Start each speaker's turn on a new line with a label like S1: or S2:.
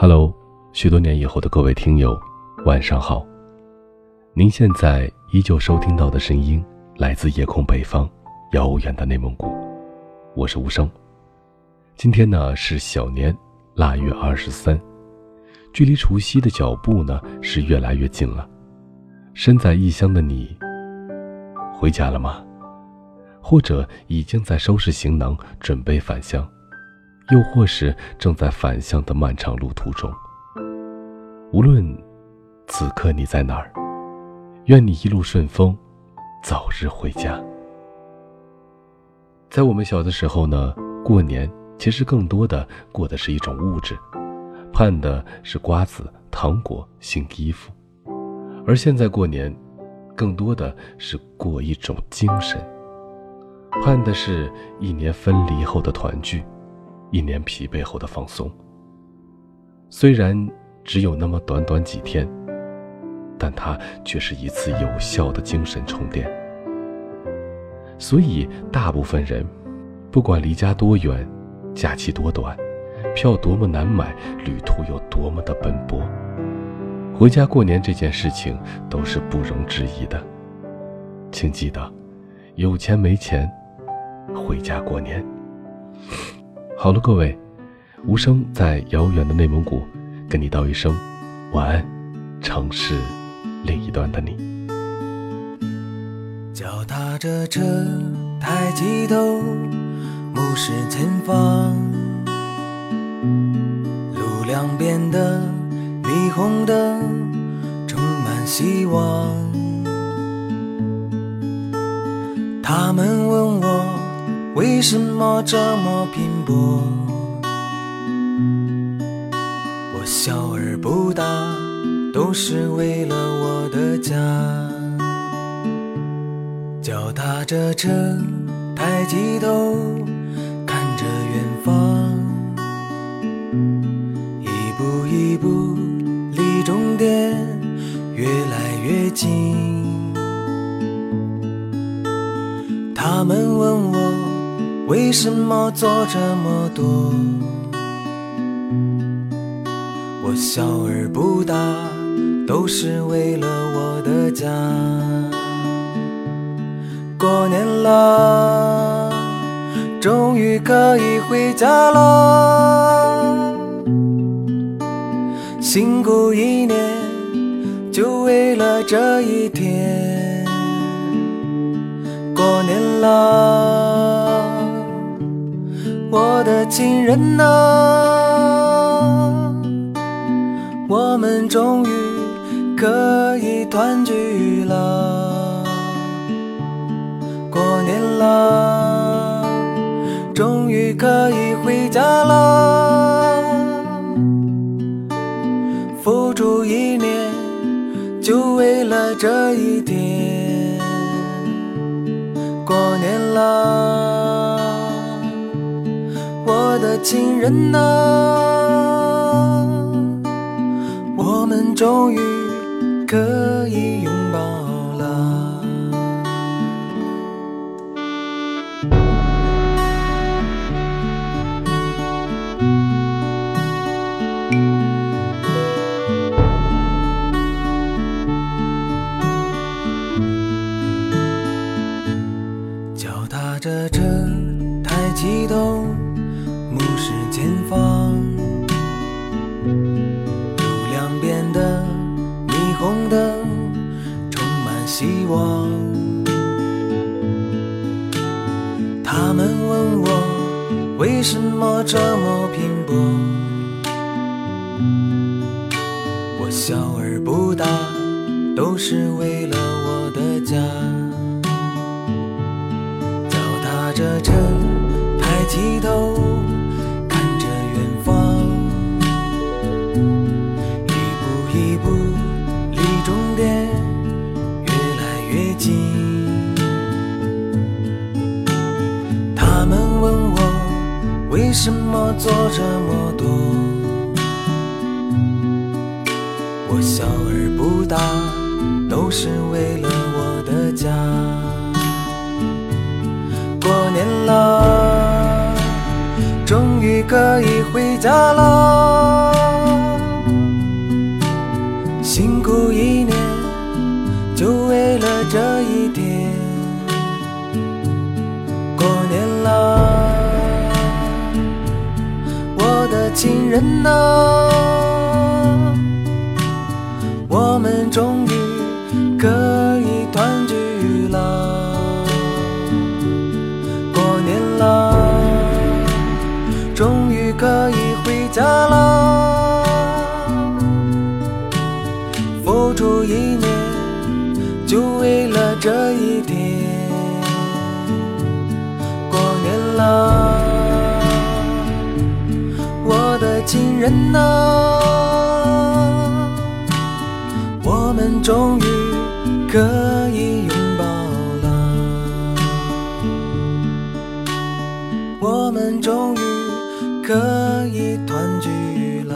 S1: Hello， 许多年以后的各位听友，晚上好。您现在依旧收听到的声音来自夜空北方，遥远的内蒙古。我是无声。今天呢是小年腊月23，距离除夕的脚步呢是越来越近了。身在异乡的你，回家了吗？或者已经在收拾行囊准备返乡，又或是正在返乡的漫长路途中。无论此刻你在哪儿，愿你一路顺风，早日回家。在我们小的时候呢，过年其实更多的过的是一种物质，盼的是瓜子、糖果、新衣服。而现在过年更多的是过一种精神，盼的是一年分离后的团聚，一年疲惫后的放松。虽然只有那么短短几天，但它却是一次有效的精神充电。所以大部分人不管离家多远，假期多短，票多么难买，旅途有多么的奔波，回家过年这件事情都是不容置疑的。请记得，有钱没钱，回家过年。好了，各位，无声在遥远的内蒙古跟你道一声晚安，城市另一端的你。
S2: 脚踏着车，抬起头，目视前方，路两边的霓虹灯充满希望。他们问我为什么这么拼搏，我笑而不答，都是为了我的家。脚踏着车，抬起头，看着远方，一步一步离终点越来越近。他们问我为什么做这么多，我笑而不答，都是为了我的家。过年了，终于可以回家了，辛苦一年，就为了这一天。过年了，我的亲人啊，我们终于可以团聚了。过年了，终于可以回家了，付出一年，就为了这一天。过年了，我的亲人啊，我们终于可以拥抱了。脚踏着车，抬起头，目视前方，路两边的霓虹灯充满希望。他们问我为什么这么拼搏，我笑而不答，都是为了我的家。脚踏着车，抬起头，看着远方，一步一步离终点越来越近。他们问我为什么做这么多，我笑而不答，都是为了我的家。过年了，终于可以回家了， 这一天，过年了，我的亲人啊，我们终于可以团聚了。过年了，终于可以回家了，付出一年就为了这一天。过年了，我的亲人啊，我们终于可以拥抱了，我们终于可以团聚了。